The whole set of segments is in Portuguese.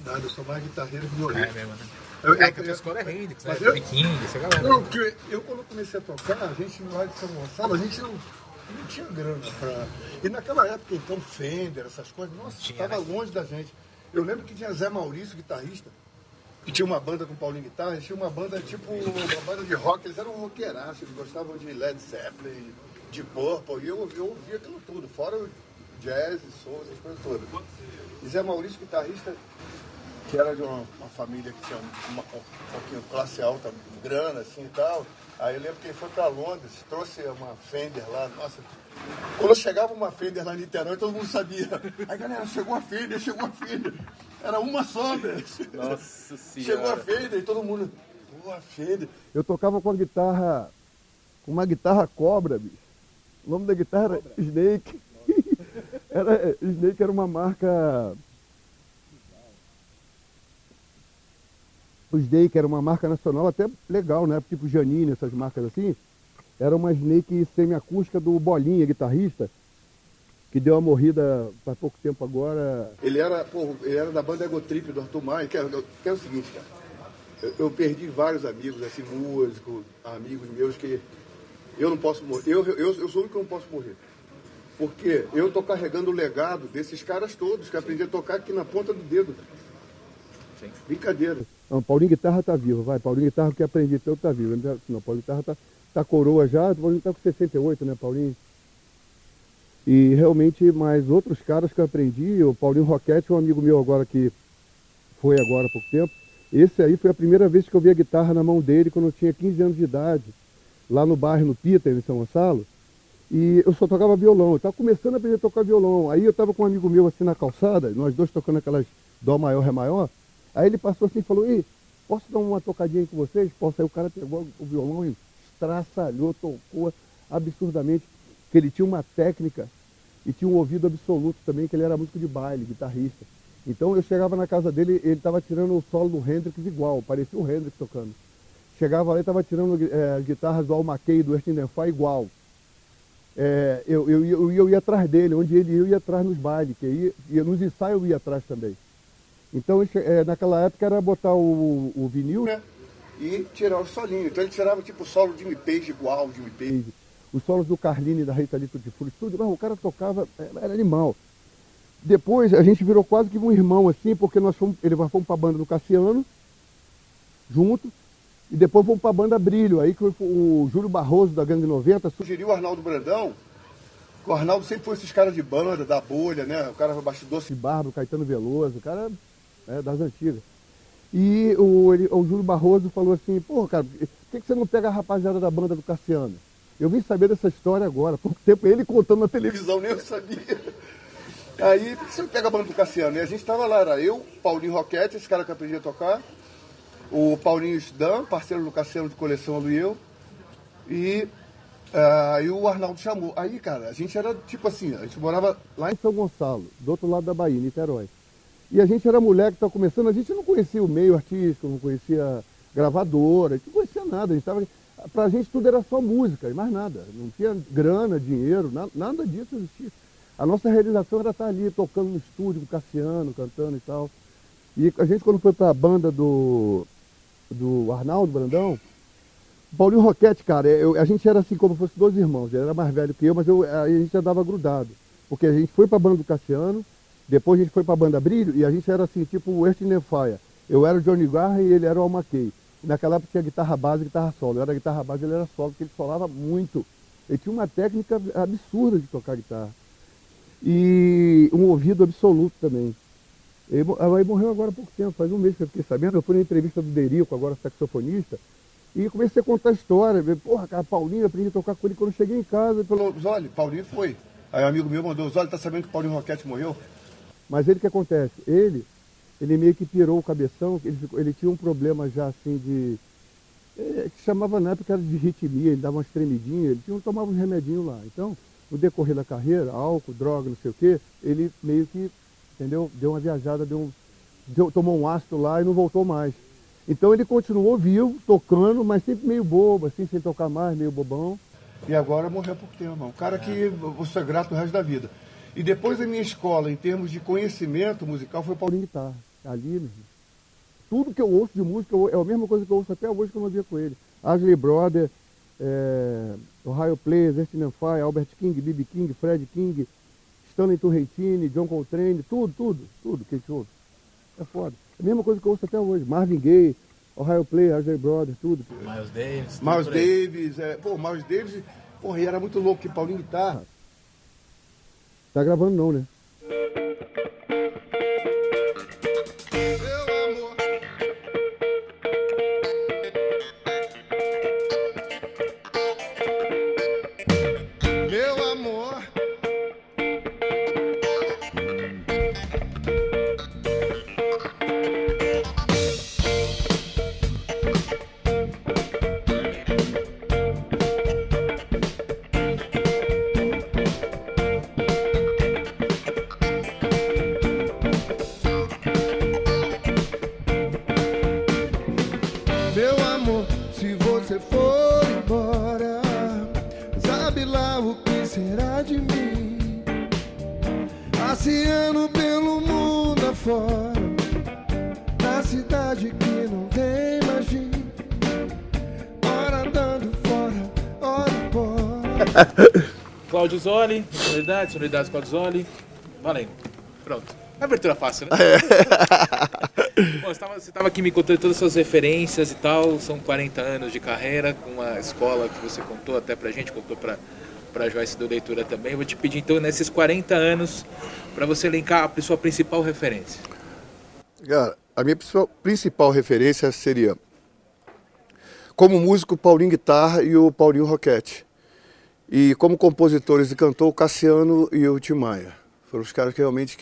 Nada, eu sou mais guitarreiro que violino. É mesmo, né? É Que a tua escola é Hendrix, né? Mas eu- King, essa galera. Não, porque eu quando comecei a tocar, a gente lá de São Gonçalo, a gente não tinha grana pra... E naquela época, então, Fender, essas coisas, nossa, Tinha, estava né? longe da gente. Eu lembro que tinha Zé Maurício, guitarrista, que tinha uma banda com Paulinho Guitarra, tinha uma banda tipo, uma banda de rock, eles eram roqueiraços, eles gostavam de Led Zeppelin, de Purple, e eu ouvia aquilo tudo, fora o jazz, soul, essas coisas todas. E Zé Maurício, guitarrista, que era de uma família que tinha um pouquinho classe alta, grana assim e tal. Aí eu lembro que ele foi para Londres, trouxe uma Fender lá, nossa. Quando chegava uma Fender lá em Niterói, todo mundo sabia. Aí galera, chegou a Fender. Era uma só, velho. Nossa senhora. Chegou a Fender e todo mundo, pô, a Fender. Eu tocava com uma guitarra Cobra, bicho. O nome da guitarra era Snake. Snake era uma marca... O Snake era uma marca nacional até legal, né? Tipo Janine, essas marcas assim. Era uma Snake semiacústica do Bolinha, guitarrista, que deu uma morrida faz pouco tempo agora. Ele era da banda Ego Trip do Arthur Maia, que é o seguinte, cara. Eu perdi vários amigos, assim, músicos, amigos meus, que eu não posso morrer. Eu sou o único que não posso morrer. Porque eu tô carregando o legado desses caras todos, que aprendi a tocar aqui na ponta do dedo. Sim. Brincadeira. Não, Paulinho Guitarra tá vivo, vai. Paulinho Guitarra que aprendi tanto tá vivo. Não, Paulinho Guitarra tá coroa já, o Paulinho tá com 68, né, Paulinho? E realmente, mais outros caras que eu aprendi, o Paulinho Roquete, um amigo meu agora que foi agora há pouco tempo, esse aí foi a primeira vez que eu vi a guitarra na mão dele quando eu tinha 15 anos de idade, lá no bairro, no Peter, em São Gonçalo, e eu só tocava violão, eu estava começando a aprender a tocar violão, aí eu estava com um amigo meu assim na calçada, nós dois tocando aquelas dó maior, ré maior, aí ele passou assim e falou, ei, posso dar uma tocadinha aí com vocês? Posso? Aí o cara pegou o violão e estraçalhou, tocou absurdamente, que ele tinha uma técnica e tinha um ouvido absoluto também, que ele era músico de baile, guitarrista. Então eu chegava na casa dele, ele estava tirando o solo do Hendrix igual, parecia o Hendrix tocando. Chegava lá e estava tirando as guitarras do Al McKay e do Earth, Wind & Fire igual. Eu ia atrás dele, onde ele ia, eu ia atrás nos bailes, que ia nos ensaios eu ia atrás também. Então naquela época era botar o vinil, né? E tirar o solinho. Então ele tirava tipo o solo de Jimmy Page igual, Jimmy Page. Os solos do Carlini, da Rita Lee Tutti Frutti, tudo, mas o cara tocava, era animal. Depois a gente virou quase que um irmão assim, porque nós fomos para a banda do Cassiano, junto, e depois fomos para a banda Brilho, aí que foi o Júlio Barroso da Gangue 90. Sugeriu o Arnaldo Brandão, que o Arnaldo sempre foi esses caras de banda, da bolha, né? O cara bastidor. De Bárbaro, Caetano Veloso, o cara das antigas. E o Júlio Barroso falou assim, pô, cara, por que você não pega a rapaziada da banda do Cassiano? Eu vim saber dessa história agora, há pouco tempo, ele contando na televisão, nem eu sabia. Aí, por que você não pega a banda do Cassiano? E a gente estava lá, era eu, Paulinho Roquete, esse cara que aprendi a tocar, o Paulinho Sdan, parceiro do Cassiano de coleção do eu, e aí o Arnaldo chamou. Aí, cara, a gente era tipo assim, a gente morava lá em São Gonçalo, do outro lado da Bahia, Niterói. E a gente era moleque, estava começando, a gente não conhecia o meio artístico, não conhecia gravadora, a gente não conhecia nada, pra gente tudo era só música e mais nada, não tinha grana, dinheiro, nada disso existia. A nossa realização era estar ali tocando no estúdio com o Cassiano, cantando e tal. E a gente quando foi para a banda do Arnaldo Brandão, o Paulinho Roquete, cara, a gente era assim como se fosse dois irmãos, ele era mais velho que eu, mas a gente andava grudado, porque a gente foi para a banda do Cassiano, depois a gente foi para a banda Brilho e a gente era assim, tipo o Earth, Wind & Fire. Eu era o Johnny Garra e ele era o Al McKay. Naquela época tinha guitarra base e guitarra solo. Eu era guitarra base e ele era solo, porque ele solava muito. Ele tinha uma técnica absurda de tocar guitarra. E um ouvido absoluto também. Ele morreu agora há pouco tempo, faz um mês que eu fiquei sabendo. Eu fui na entrevista do Derico, agora saxofonista, e comecei a contar a história. Porra, cara, Paulinho, eu aprendi a tocar com ele quando eu cheguei em casa. Ele falou, Zoli, Paulinho foi. Aí um amigo meu mandou, Zoli, tá sabendo que o Paulinho Roquete morreu? mas ele, o que acontece? Ele meio que pirou o cabeção, ele tinha um problema já assim de... que chamava na época era de arritmia, ele dava umas tremidinhas, ele tomava uns remedinhos lá. Então, no decorrer da carreira, álcool, droga, não sei o quê, ele meio que, entendeu? Deu uma viajada, tomou um ácido lá e não voltou mais. Então ele continuou vivo, tocando, mas sempre meio bobo, assim, sem tocar mais, meio bobão. E agora morreu há pouco tempo, irmão. Um cara que eu sou grato o resto da vida. E depois da minha escola, em termos de conhecimento musical, foi o Paulinho Paulinho Guitarra. Ali, meu irmão. Tudo que eu ouço de música é a mesma coisa que eu ouço até hoje que eu não via com ele. Ashley Brother, Ohio Players, Earth, Wind & Fire, Albert King, B.B. King, Fred King, Stanley Turrentine, John Coltrane, tudo que a gente ouve. É foda. É a mesma coisa que eu ouço até hoje. Marvin Gaye, Ohio Players, Ashley Brother, tudo. Miles Davis. Miles Davis, Miles Davis, porra, e era muito louco que Paulinho Guitarra. Tá gravando não, né? Meu amor, se você for embora, sabe lá o que será de mim? Passeando pelo mundo afora, na cidade que não tem mais fim. Ora andando fora, ora embora. Cláudio Zoli, sonoridades Cláudio Zoli. Valendo. Pronto. Abertura fácil, né? Bom, você estava aqui me contando todas as suas referências e tal. São 40 anos de carreira, com uma escola que você contou até pra gente, contou pra Joyce do Leitura também. Eu vou te pedir então, nesses 40 anos, para você elencar a sua principal referência. Cara, a minha principal referência seria, como músico, Paulinho Guitarra e o Paulinho Roquete. E como compositores e cantor, o Cassiano e o Tim Maia. Foram os caras que realmente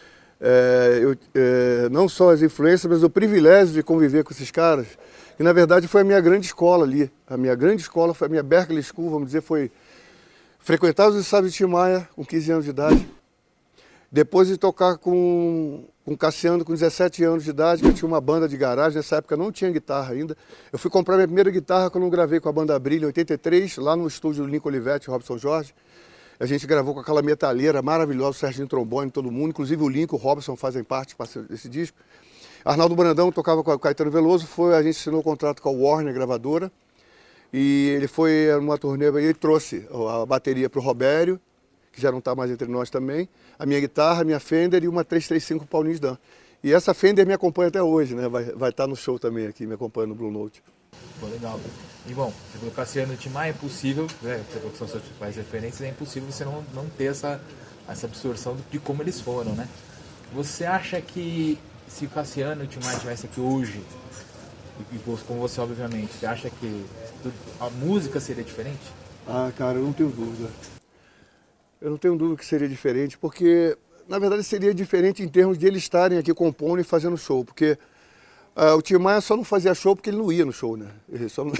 não só as influências, mas o privilégio de conviver com esses caras, que na verdade foi a minha grande escola ali. A minha grande escola foi a minha Berklee School, vamos dizer, foi frequentar os ensaios de Tim Maia com 15 anos de idade. Depois de tocar com Cassiano com 17 anos de idade, que eu tinha uma banda de garagem, nessa época não tinha guitarra ainda. Eu fui comprar minha primeira guitarra quando eu gravei com a banda Brilha em 83, lá no estúdio do Lincoln Olivetti, Robson Jorge. A gente gravou com aquela metalheira maravilhosa, o Serginho Trombone, todo mundo, inclusive o Lincoln, o Robson fazem parte desse disco. Arnaldo Brandão tocava com o Caetano Veloso, a gente assinou o contrato com a Warner, gravadora, e ele foi numa turnê e ele trouxe a bateria para o Robério, que já não está mais entre nós também, a minha guitarra, a minha Fender e uma 335 Paulinho Dan. E essa Fender me acompanha até hoje, né? Vai estar no show também aqui, me acompanha no Blue Note. Pô, legal. E bom, você falou Cassiano e Tim Maia, é impossível, né? Você falou que são suas principais referências, é impossível você não ter essa absorção de como eles foram, né? Você acha que se o Cassiano e o Tim Maia estivessem aqui hoje, e como você obviamente, você acha que a música seria diferente? Ah, cara, eu não tenho dúvida. Eu não tenho dúvida que seria diferente, porque na verdade seria diferente em termos de eles estarem aqui compondo e fazendo show, porque o Tim Maia só não fazia show porque ele não ia no show, né? Ele só não...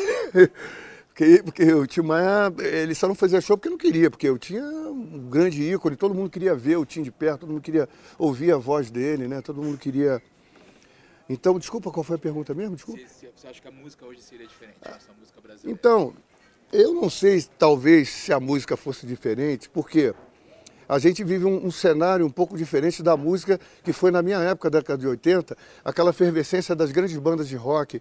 porque o Tim Maia, ele só não fazia show porque não queria, porque eu tinha um grande ícone, todo mundo queria ver o Tim de perto, todo mundo queria ouvir a voz dele, né? Todo mundo queria... Então, desculpa, qual foi a pergunta mesmo? Desculpa. Você acha que a música hoje seria diferente, essa música brasileira? Então, eu não sei, talvez, se a música fosse diferente, porque a gente vive um cenário um pouco diferente da música que foi na minha época, década de 80, aquela efervescência das grandes bandas de rock,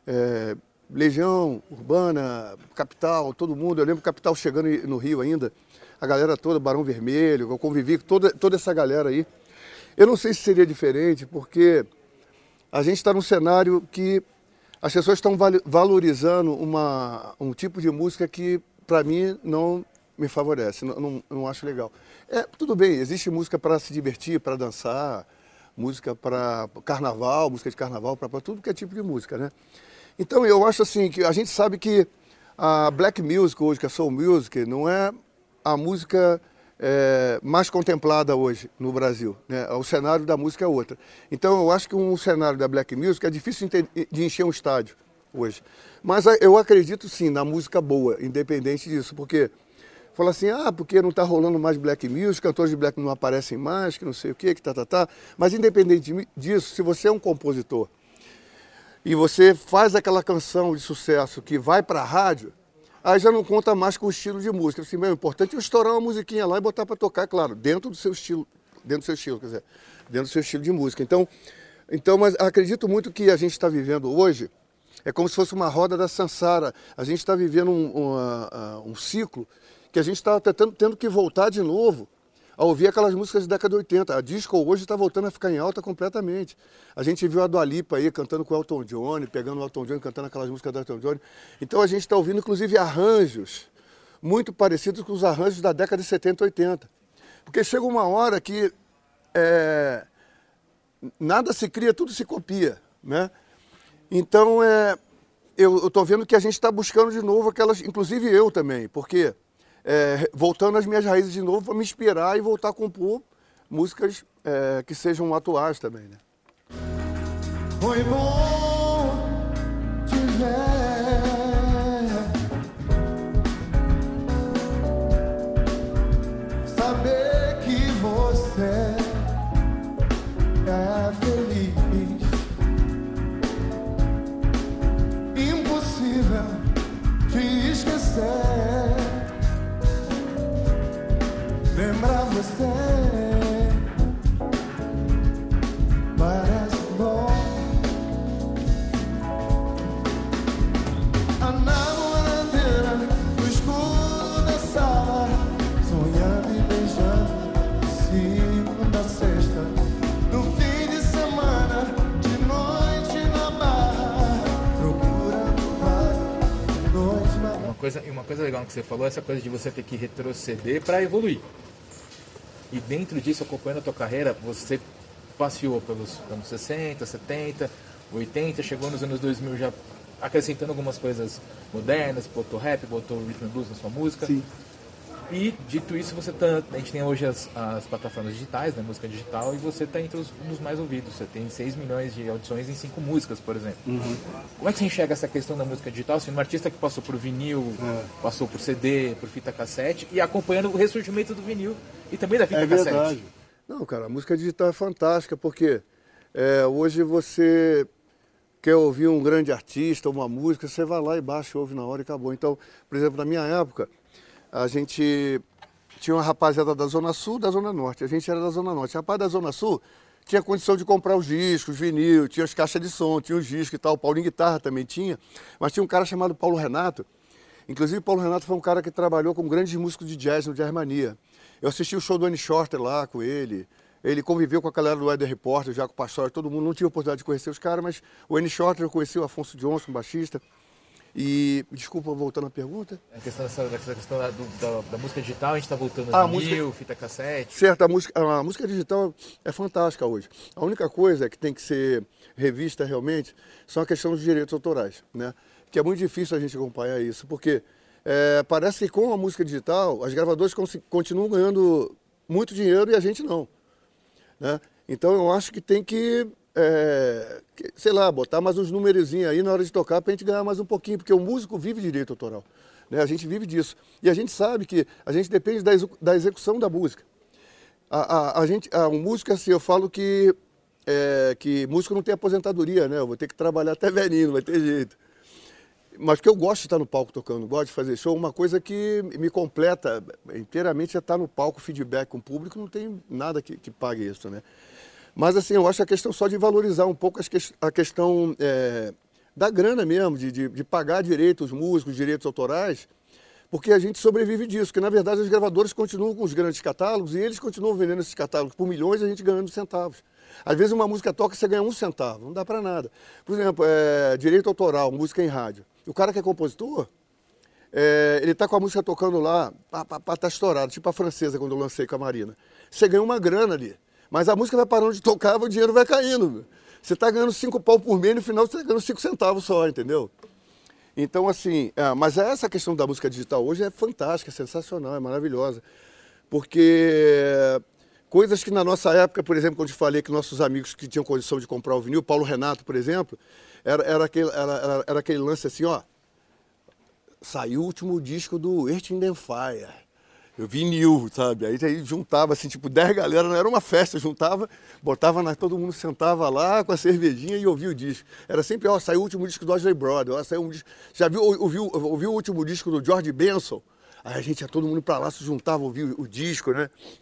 Legião Urbana, Capital, todo mundo. Eu lembro Capital chegando no Rio ainda, a galera toda, Barão Vermelho, eu convivi com toda essa galera aí. Eu não sei se seria diferente, porque a gente está num cenário que as pessoas estão valorizando um tipo de música que, para mim, não me favorece, não acho legal. Tudo bem, existe música para se divertir, para dançar, música para carnaval, música de carnaval, para tudo que é tipo de música, né? Então eu acho assim, que a gente sabe que a black music hoje, que é soul music, não é a música mais contemplada hoje no Brasil, né? O cenário da música é outra. Então eu acho que um cenário da black music é difícil de encher um estádio hoje. Mas eu acredito sim na música boa, independente disso, porque fala assim, porque não está rolando mais black music, cantores de black não aparecem mais, que não sei o que tá. Mas independente disso, se você é um compositor e você faz aquela canção de sucesso que vai para a rádio, aí já não conta mais com o estilo de música. Assim, o importante é estourar uma musiquinha lá e botar para tocar, claro, dentro do seu estilo, quer dizer, dentro do seu estilo de música. Então, Então, mas acredito muito que a gente está vivendo hoje é como se fosse uma roda da Sansara. A gente está vivendo um ciclo que a gente está tendo que voltar de novo a ouvir aquelas músicas da década de 80. A disco hoje está voltando a ficar em alta completamente. A gente viu a Dua Lipa aí cantando com o Elton John, pegando o Elton John, cantando aquelas músicas do Elton John. Então a gente está ouvindo, inclusive, arranjos muito parecidos com os arranjos da década de 70 e 80. Porque chega uma hora que nada se cria, tudo se copia, né? Então, eu estou vendo que a gente está buscando de novo aquelas, inclusive eu também, porque voltando às minhas raízes de novo para me inspirar e voltar a compor músicas que sejam atuais também, né? Foi bom te ver, saber que você é feliz. Impossível te esquecer. Lembrar você parece bom. A namoradeira no escuro da sala, sonhando e beijando, segunda a sexta, no fim de semana, de noite na barra, procurando várias noites na barra. Uma coisa legal que você falou é essa coisa de você ter que retroceder para evoluir. E dentro disso, acompanhando a tua carreira, você passeou pelos anos 60, 70, 80, chegou nos anos 2000 já acrescentando algumas coisas modernas, botou rap, botou rhythm and blues na sua música. Sim. E, dito isso, a gente tem hoje as plataformas digitais, né, música digital, e você está entre os mais ouvidos. Você tem 6 milhões de audições em 5 músicas, por exemplo. Uhum. Como é que você enxerga essa questão da música digital? Assim, um artista que passou por vinil, passou por CD, por fita cassete, e acompanhando o ressurgimento do vinil e também da fita cassete. Verdade. Não, cara, a música digital é fantástica, porque hoje você quer ouvir um grande artista, uma música, você vai lá e baixa, ouve na hora e acabou. Então, por exemplo, na minha época, a gente tinha uma rapaziada da Zona Sul, da Zona Norte. A gente era da Zona Norte. O rapaz da Zona Sul tinha condição de comprar os discos, vinil, tinha as caixas de som, tinha os discos e tal. O Paulinho Guitarra também tinha. Mas tinha um cara chamado Paulo Renato. Inclusive, Paulo Renato foi um cara que trabalhou com grandes músicos de jazz no Jazz Mania. Eu assisti o show do Annie Shorter lá com ele. Ele conviveu com a galera do Weather Report, já com o Pastor, todo mundo. Não tive a oportunidade de conhecer os caras, mas o Annie Shorter eu conheci, o Afonso Johnson, baixista. E, desculpa, voltando à pergunta. A questão da música digital, a gente está voltando a vinil, fita cassete. Certo, a música digital é fantástica hoje. A única coisa que tem que ser revista realmente são a questão dos direitos autorais, né? Que é muito difícil a gente acompanhar isso, porque parece que com a música digital, as gravadoras continuam ganhando muito dinheiro e a gente não, né? Então eu acho que tem que sei lá, botar mais uns numerozinhos aí na hora de tocar pra gente ganhar mais um pouquinho, porque o músico vive de direito autoral, né? A gente vive disso. E a gente sabe que a gente depende da execução da música. Um músico, assim, eu falo que músico não tem aposentadoria, né? Eu vou ter que trabalhar até velhinho, não vai ter jeito. Mas porque eu gosto de estar no palco tocando, gosto de fazer show, uma coisa que me completa inteiramente é estar no palco, feedback com o público, não tem nada que pague isso, né? Mas assim, eu acho a questão só de valorizar um pouco a questão da grana mesmo, de pagar direito os músicos, direitos autorais, porque a gente sobrevive disso, porque na verdade as gravadoras continuam com os grandes catálogos e eles continuam vendendo esses catálogos por milhões e a gente ganhando centavos. Às vezes uma música toca e você ganha 1 centavo, não dá pra nada. Por exemplo, direito autoral, música em rádio. O cara que é compositor, ele tá com a música tocando lá, tá estourado, tipo a francesa quando eu lancei com a Marina. Você ganha uma grana ali. Mas a música vai parando de tocar, o dinheiro vai caindo. Você está ganhando 5 pau por mês, no final você está ganhando 5 centavos só, entendeu? Então, assim, mas essa questão da música digital hoje é fantástica, é sensacional, é maravilhosa. Porque coisas que na nossa época, por exemplo, quando eu te falei que nossos amigos que tinham condição de comprar o vinil, Paulo Renato, por exemplo, era aquele lance assim, ó, saiu o último disco do Earth, Wind & Fire. Eu vinil, sabe? Aí juntava, assim, tipo, 10 galera, não era uma festa, juntava, botava, todo mundo sentava lá com a cervejinha e ouvia o disco. Era sempre, ó, saiu o último disco do Ozzy Brother, ó, saiu um disco... Já ouviu o último disco do George Benson? Aí a gente ia todo mundo pra lá, se juntava, ouvia o disco, né?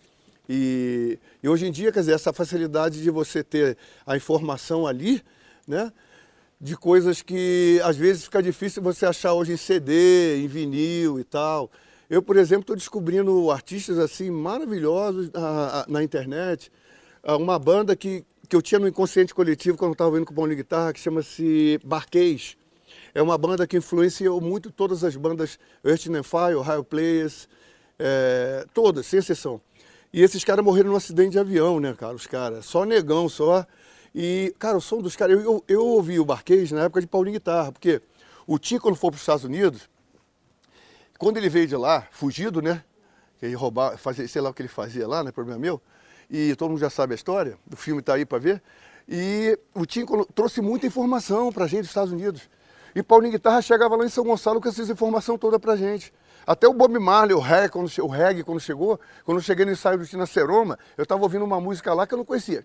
E hoje em dia, quer dizer, essa facilidade de você ter a informação ali, né? De coisas que às vezes fica difícil você achar hoje em CD, em vinil e tal. Eu, por exemplo, estou descobrindo artistas assim maravilhosos na internet. Uma banda que eu tinha no inconsciente coletivo quando eu estava ouvindo com o Paulinho Guitarra, que chama-se Barquês. É uma banda que influenciou muito todas as bandas Earth, Wind & Fire, Ohio Players, todas, sem exceção. E esses caras morreram num acidente de avião, né, cara? Os caras, só negão, só. E, cara, o som dos caras... Eu ouvi o Barquês na época de Paulinho Guitarra, porque o Tim, quando foi para os Estados Unidos, quando ele veio de lá, fugido, né? Que ele roubava, fazia, sei lá o que ele fazia lá, não é problema meu. E todo mundo já sabe a história, o filme está aí para ver. E o Tim trouxe muita informação para a gente dos Estados Unidos. E Paulinho Guitarra chegava lá em São Gonçalo com essa informação toda para a gente. Até o Bob Marley, o reggae, quando chegou, quando eu cheguei no ensaio do Tina Seroma, eu estava ouvindo uma música lá que eu não conhecia.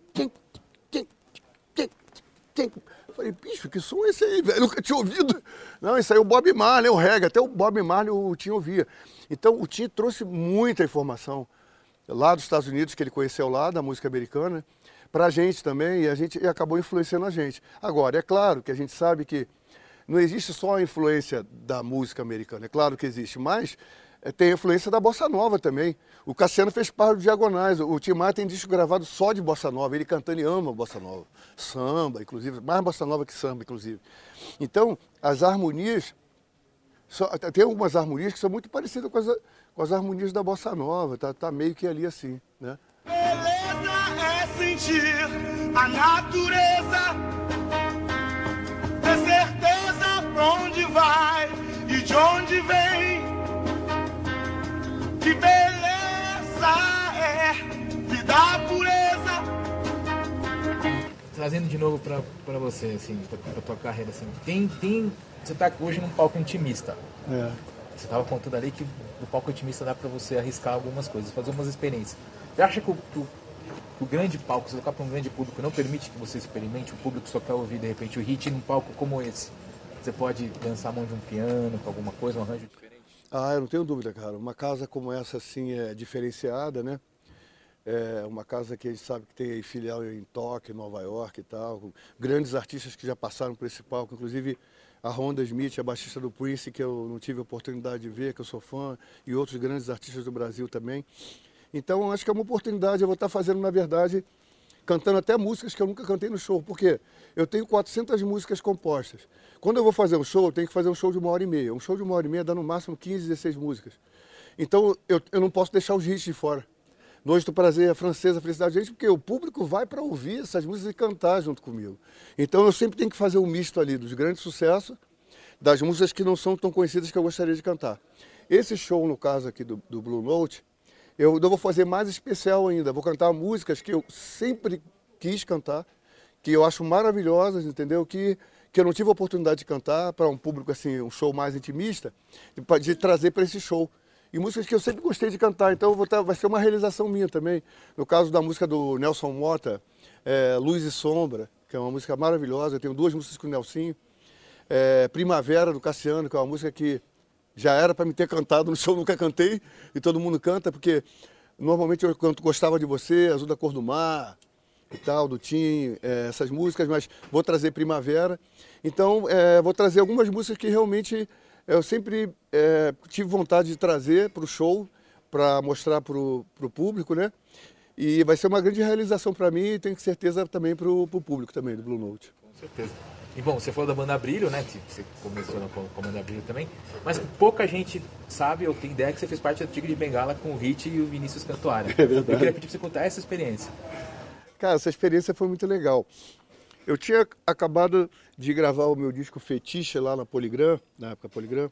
Eu falei, bicho, que som é esse aí, velho? Eu nunca tinha ouvido. Não, isso aí é o Bob Marley, o reggae. Até o Bob Marley o Tim ouvia. Então, o Tim trouxe muita informação lá dos Estados Unidos, que ele conheceu lá, da música americana, pra gente também, e acabou influenciando a gente. Agora, é claro que a gente sabe que não existe só a influência da música americana, é claro que existe, mas tem a influência da bossa nova também. O Cassiano fez parte do Diagonais, o Tim Maia tem disco gravado só de bossa nova, ele cantando e ama bossa nova. Samba, inclusive, mais bossa nova que samba, inclusive. Então, as harmonias, tem algumas harmonias que são muito parecidas com as harmonias da bossa nova, tá meio que ali assim, né? Beleza é sentir a natureza, ter certeza pra onde vai e de onde vem. Que beleza é vida pureza. Trazendo de novo pra você, assim, pra tua carreira, assim, você tá hoje num palco intimista. Você tava contando ali que o palco intimista dá pra você arriscar algumas coisas, fazer umas experiências. Você acha que o grande palco, se colocar para um grande público, não permite que você experimente? O público só quer ouvir, de repente, o hit num palco como esse. Você pode lançar a mão de um piano, com alguma coisa, um arranjo diferente? Ah, eu não tenho dúvida, cara. Uma casa como essa, assim, é diferenciada, né? É uma casa que a gente sabe que tem aí filial em Tóquio, Nova York e tal. Grandes artistas que já passaram por esse palco, inclusive a Rhonda Smith, a baixista do Prince, que eu não tive a oportunidade de ver, que eu sou fã, e outros grandes artistas do Brasil também. Então, acho que é uma oportunidade, eu vou estar fazendo, na verdade, cantando até músicas que eu nunca cantei no show, porque eu tenho 400 músicas compostas. Quando eu vou fazer um show, eu tenho que fazer um show de 1h30. Um show de 1h30 dá no máximo 15, 16 músicas. Então, eu não posso deixar os hits de fora. Noite do Prazer, a Francesa, a Felicidade, gente, porque o público vai para ouvir essas músicas e cantar junto comigo. Então, eu sempre tenho que fazer um misto ali dos grandes sucessos, das músicas que não são tão conhecidas que eu gostaria de cantar. Esse show, no caso aqui do Blue Note, eu vou fazer mais especial ainda. Vou cantar músicas que eu sempre quis cantar, que eu acho maravilhosas, entendeu? Que eu não tive a oportunidade de cantar para um público assim, um show mais intimista, de trazer para esse show. E músicas que eu sempre gostei de cantar, então vai ser uma realização minha também. No caso da música do Nelson Mota, Luz e Sombra, que é uma música maravilhosa. Eu tenho 2 músicas com o Nelsinho. Primavera, do Cassiano, que é uma música que já era para me ter cantado no show, nunca cantei, e todo mundo canta, porque normalmente eu canto Gostava de Você, Azul da Cor do Mar e tal, do Tim, essas músicas, mas vou trazer Primavera. Então, vou trazer algumas músicas que realmente eu sempre tive vontade de trazer para o show, para mostrar para o público, né? E vai ser uma grande realização para mim e tenho certeza também para o público também, do Blue Note. Com certeza. E bom, você falou da Banda Brilho, né? Que você começou com a Banda Brilho também. Mas pouca gente sabe ou tem ideia que você fez parte do Tigre de Bengala com o Hit e o Vinícius Cantuária. É verdade. Eu queria pedir para você contar essa experiência. Cara, essa experiência foi muito legal. Eu tinha acabado de gravar o meu disco Fetiche lá na Polygram, na época Polygram.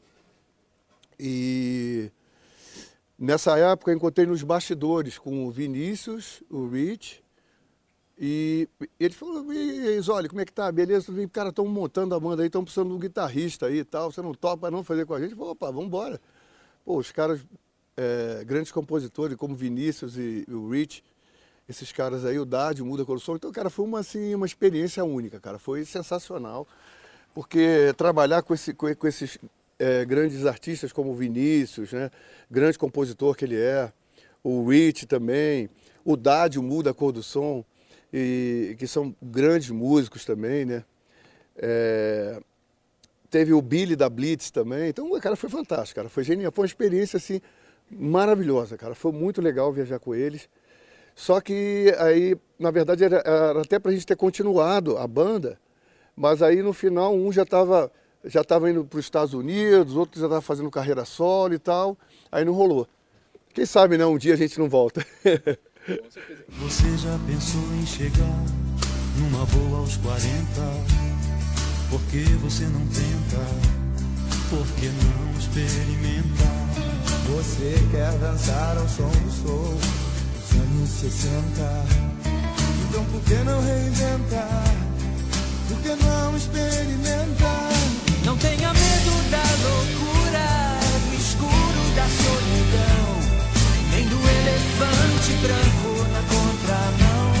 E nessa época eu encontrei nos bastidores com o Vinícius, o Rich. E ele falou, olha, como é que tá? Beleza? Tudo bem? Cara, estão montando a banda aí, estão precisando de um guitarrista aí e tal. Você não topa não fazer com a gente? Eu falei, opa, vamos embora. Pô, os caras, grandes compositores como Vinícius e o Rich, esses caras aí, o Dad, o Muda Colossal. Então, cara, foi uma experiência única, cara. Foi sensacional. Porque trabalhar com esses grandes artistas como o Vinícius, né? Grande compositor que ele é, o Rich também, o Dade, o Mu da Cor do Som, e, que são grandes músicos também, né? Teve o Billy da Blitz também, então, cara, foi fantástico, cara, foi genial, foi uma experiência, assim, maravilhosa, cara, foi muito legal viajar com eles. Só que aí, na verdade, era até pra gente ter continuado a banda, mas aí no final um já estava indo para os Estados Unidos, outro já estava fazendo carreira solo e tal, aí não rolou. Quem sabe, né, um dia a gente não volta. Você já pensou em chegar numa boa aos 40? Por que você não tenta? Por que não experimenta? Você quer dançar ao som do soul dos anos 60? Então por que não reinventar? Por que não experimentar? Não tenha medo da loucura, do escuro, da solidão, nem do elefante branco na contramão.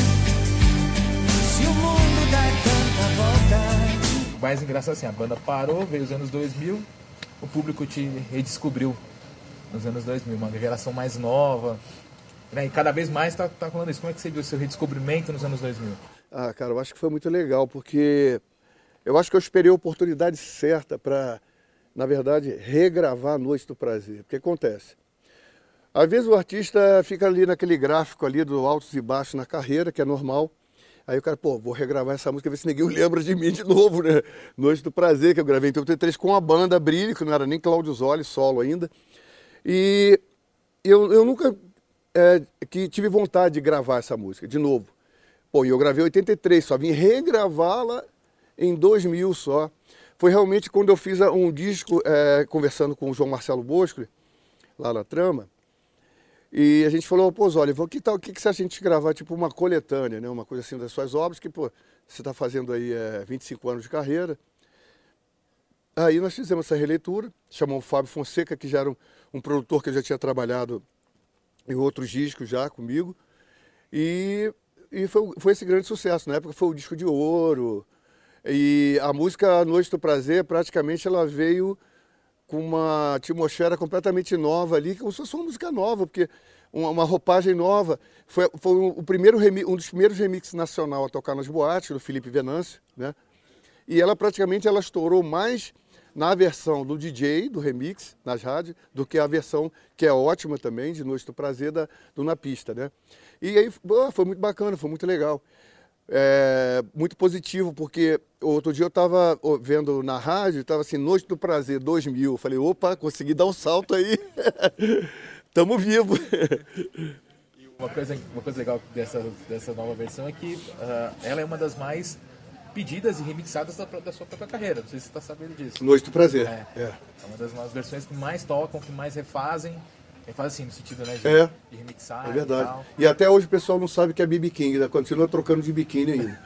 Se o mundo dá tanta volta. O mais engraçado assim, a banda parou, veio os anos 2000, o público te redescobriu nos anos 2000, uma geração mais nova, né? E cada vez mais tá falando isso. Como é que você viu o seu redescobrimento nos anos 2000? Ah, cara, eu acho que foi muito legal, porque eu acho que eu esperei a oportunidade certa para, na verdade, regravar a Noite do Prazer. O que acontece? Às vezes o artista fica ali naquele gráfico ali do altos e baixos na carreira, que é normal. Aí o cara, pô, vou regravar essa música, ver se ninguém lembra de mim de novo, né? Noite do Prazer, que eu gravei em 83 com a banda Brilho, que não era nem Cláudio Zoli, solo ainda. E eu nunca que tive vontade de gravar essa música de novo. Pô, e eu gravei em 83, só vim regravá-la em 2000 só. Foi realmente quando eu fiz um disco conversando com o João Marcelo Bosco, lá na Trama, e a gente falou, pô, Zoli, que tal, o que você acha de a gente gravar tipo uma coletânea, né? Uma coisa assim das suas obras, que pô, você está fazendo aí 25 anos de carreira. Aí nós fizemos essa releitura, chamamos o Fábio Fonseca, que já era um produtor que eu já tinha trabalhado em outros discos já comigo, e foi esse grande sucesso. Na época foi o disco de ouro, e a música Noite do Prazer, praticamente ela veio com uma atmosfera completamente nova ali, como se fosse uma música nova, porque uma roupagem nova. Foi um dos primeiros remixes nacional a tocar nas boates, do Felipe Venâncio, né? E ela praticamente estourou mais na versão do DJ, do remix, nas rádios, do que a versão, que é ótima também, de Noite do Prazer, do Na Pista, né? E aí foi muito bacana, foi muito legal. Muito positivo, porque outro dia eu estava vendo na rádio, estava assim, Noite do Prazer 2000. Eu falei, opa, consegui dar um salto aí. Tamo vivo. E uma coisa legal dessa nova versão é que ela é uma das mais pedidas e remixadas da sua própria carreira. Não sei se você está sabendo disso. Noite do Prazer. É uma das versões que mais tocam, que mais refazem. Refaz assim, no sentido, né, de remixar. É verdade. E tal. E até hoje o pessoal não sabe que é BB King, né? Continua trocando de biquíni ainda.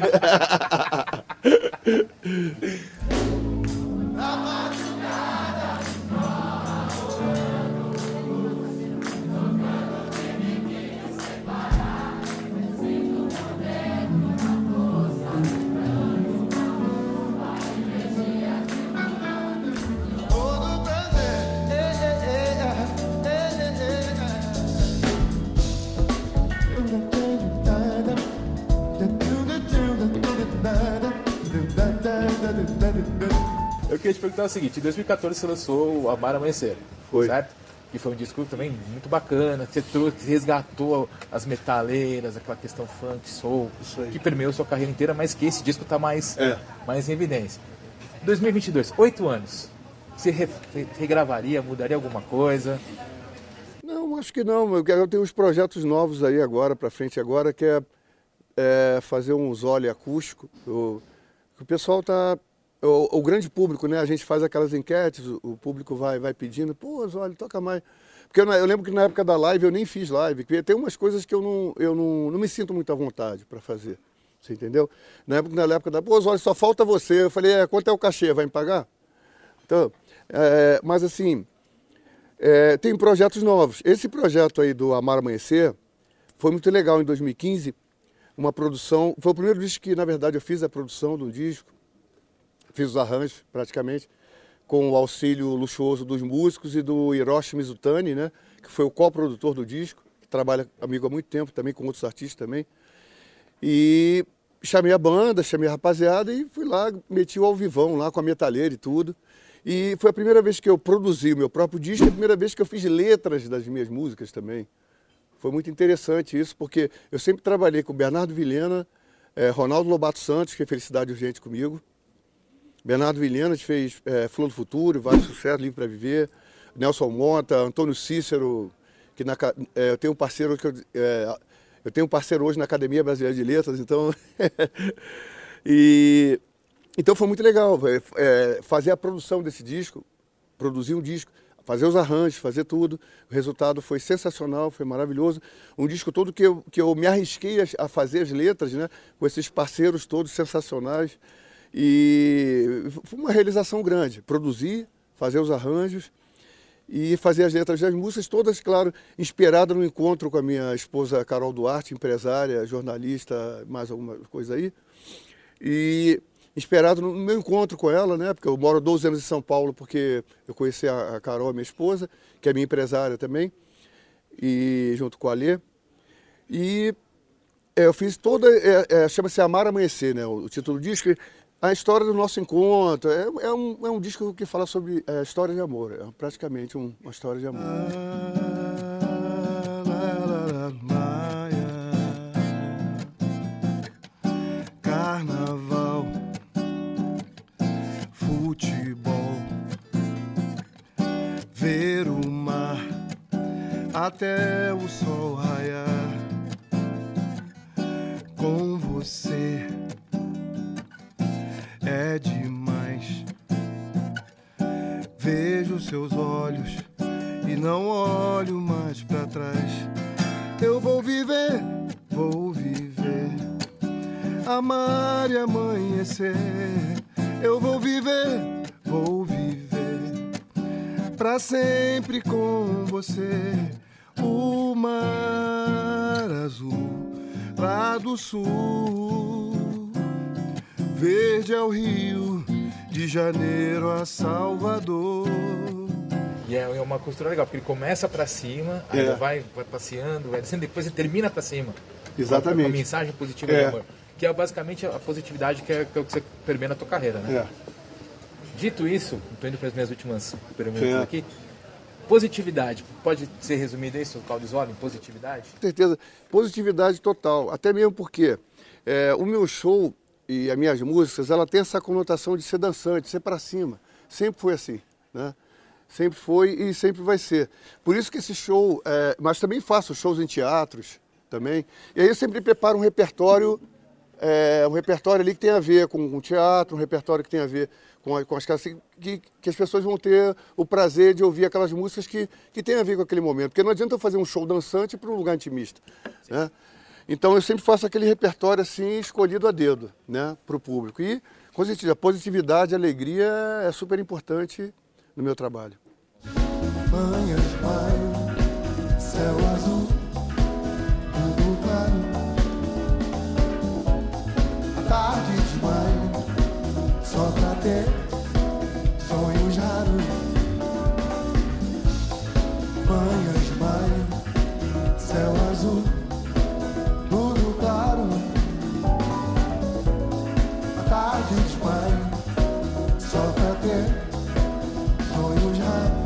Eu queria te perguntar o seguinte, em 2014 você lançou o Amar Amanhecer, Foi. certo? Que foi um disco também muito bacana, você resgatou as metaleiras, aquela questão funk, soul, que permeou sua carreira inteira, mas que esse disco está mais em evidência. 2022, 8 anos, você regravaria, mudaria alguma coisa? Não, acho que não. Eu tenho uns projetos novos aí agora, pra frente agora, que é fazer um Zoli acústico. O pessoal tá... O grande público, né? A gente faz aquelas enquetes, o público vai pedindo, pô, Zoli, toca mais. Porque eu lembro que na época da live eu nem fiz live, porque tem umas coisas que eu não me sinto muito à vontade para fazer. Você entendeu? Na época da, pô, Zoli, só falta você. Eu falei, quanto é o cachê? Vai me pagar? Então, mas assim, tem projetos novos. Esse projeto aí do Amar Amanhecer foi muito legal em 2015. Uma produção, foi o primeiro disco que, na verdade, eu fiz a produção do disco. Fiz os arranjos, praticamente, com o auxílio luxuoso dos músicos e do Hiroshi Mizutani, né, que foi o coprodutor do disco, que trabalha comigo há muito tempo, também com outros artistas também. E chamei a banda, chamei a rapaziada e fui lá, meti o ao vivão lá com a metalheira e tudo. E foi a primeira vez que eu produzi o meu próprio disco, a primeira vez que eu fiz letras das minhas músicas também. Foi muito interessante isso, porque eu sempre trabalhei com Bernardo Vilhena, Ronaldo Lobato Santos, que é Felicidade Urgente comigo. Bernardo Vilhena fez Flor do Futuro, vários sucessos, Livre para Viver. Nelson Mota, Antônio Cícero, que eu tenho um parceiro eu tenho um parceiro hoje na Academia Brasileira de Letras, então então foi muito legal fazer a produção desse disco, produzir um disco, fazer os arranjos, fazer tudo. O resultado foi sensacional, foi maravilhoso. Um disco todo que eu me arrisquei a fazer as letras, né, com esses parceiros todos sensacionais. E foi uma realização grande, produzir, fazer os arranjos e fazer as letras das músicas, todas, claro, inspiradas no encontro com a minha esposa Carol Duarte, empresária, jornalista, mais alguma coisa aí. E inspirado no meu encontro com ela, né? Porque eu moro 12 anos em São Paulo, porque eu conheci a Carol, minha esposa, que é minha empresária também, e junto com a Alê. E eu fiz toda, chama-se Amar Amanhecer, né? O título do disco. A história do nosso encontro é um disco que fala sobre a história de amor, é praticamente uma história de amor. Carnaval, futebol, ver o mar até o sol raiar com você. É demais. Vejo seus olhos e não olho mais pra trás. Eu vou viver, amar e amanhecer. Eu vou viver, pra sempre com você. O mar azul lá do sul, verde é o Rio de Janeiro a Salvador. E é uma costura legal, porque ele começa pra cima, aí ele vai passeando, vai descendo, depois ele termina pra cima. Exatamente. Com a mensagem positiva de amor. Que é basicamente a positividade que é o que você permeia na tua carreira, né? Dito isso, estou indo para as minhas últimas perguntas aqui. Positividade, pode ser resumido isso, Claudio, em positividade? Com certeza, positividade total. Até mesmo porque o meu show e as minhas músicas, ela tem essa conotação de ser dançante, ser para cima. Sempre foi assim, né? Sempre foi e sempre vai ser. Por isso que esse show, mas também faço shows em teatros também. E aí eu sempre preparo um repertório ali que tem a ver com teatro, um repertório que tem a ver com as casas, que as pessoas vão ter o prazer de ouvir aquelas músicas que tem a ver com aquele momento. Porque não adianta eu fazer um show dançante para um lugar intimista, né? Então eu sempre faço aquele repertório assim, escolhido a dedo, né, para o público. E, com certeza, a positividade, a alegria é super importante no meu trabalho. Manhã de maio, céu azul, tudo claro. A tarde de maio, só pra ter sonhos raros. Manhã de maio, céu azul, tudo claro. A tarde de maio, só pra ter sonhos raros.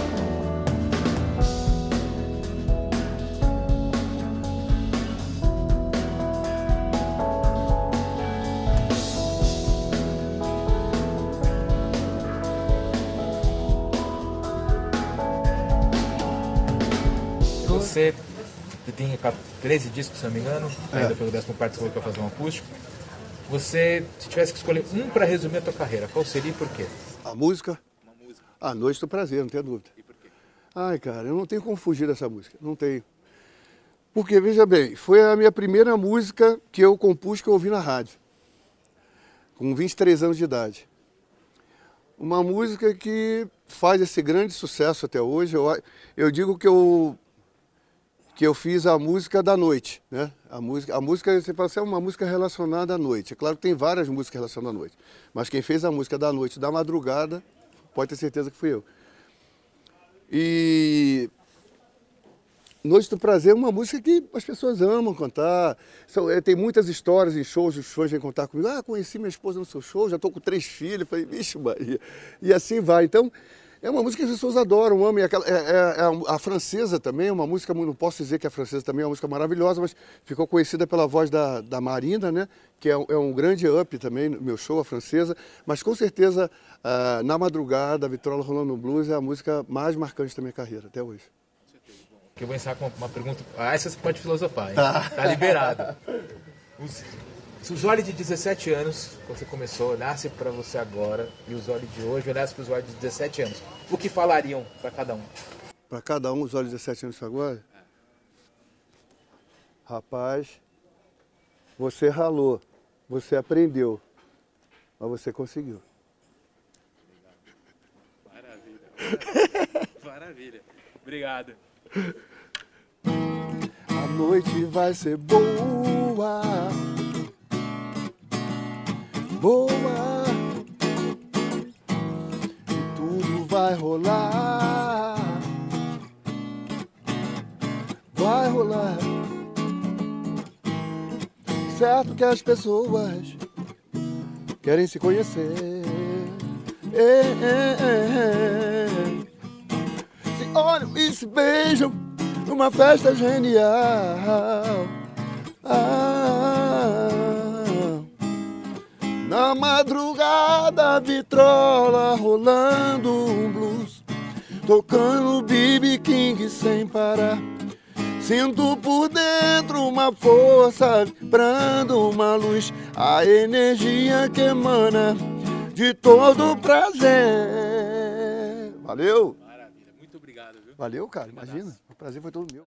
Você tem 13 discos, se não me engano, ainda pelo 14º você falou que vai fazer um acústico. Você, se tivesse que escolher um para resumir a tua carreira, qual seria e por quê? A música? Uma música. A Noite do Prazer, não tenho dúvida. E por quê? Ai, cara, eu não tenho como fugir dessa música, não tenho. Porque, veja bem, foi a minha primeira música que eu compus, que eu ouvi na rádio, com 23 anos de idade. Uma música que faz esse grande sucesso até hoje. Eu digo que eu fiz a música da noite, né? A música, você fala assim, é uma música relacionada à noite. É claro que tem várias músicas relacionadas à noite, mas quem fez a música da noite, da madrugada, pode ter certeza que fui eu. E Noite do Prazer é uma música que as pessoas amam cantar. Tem muitas histórias em shows, os fãs vêm contar comigo. Conheci minha esposa no seu show, já estou com 3 filhos. Falei, vixe, Maria. E assim vai. Então, é uma música que as pessoas adoram, amam. A Francesa também é uma música, não posso dizer que a Francesa também é uma música maravilhosa, mas ficou conhecida pela voz da Marina, né? Que é um grande up também no meu show, a Francesa. Mas com certeza, Na Madrugada, a Vitrola Rolando no Blues é a música mais marcante da minha carreira, até hoje. Que eu vou encerrar com uma pergunta. Essa você pode filosofar, hein? Tá liberado. Se o Zóli de 17 anos, quando você começou, olhasse para você agora, e o Zóli de hoje olhasse para o Zóli de 17 anos, o que falariam para cada um? Para cada um, os Zóli de 17 anos agora? Rapaz, você ralou, você aprendeu, mas você conseguiu. Maravilha. Maravilha. Obrigado. A noite vai ser boa, boa, e tudo vai rolar, vai rolar. Certo que as pessoas querem se conhecer, se olham e se beijam numa festa genial. Na madrugada, a vitrola rolando um blues, tocando B.B. King sem parar. Sinto por dentro uma força vibrando, uma luz, a energia que emana de todo prazer. Valeu! Maravilha. Muito obrigado, viu? Valeu, cara. Imagina. O prazer foi todo meu.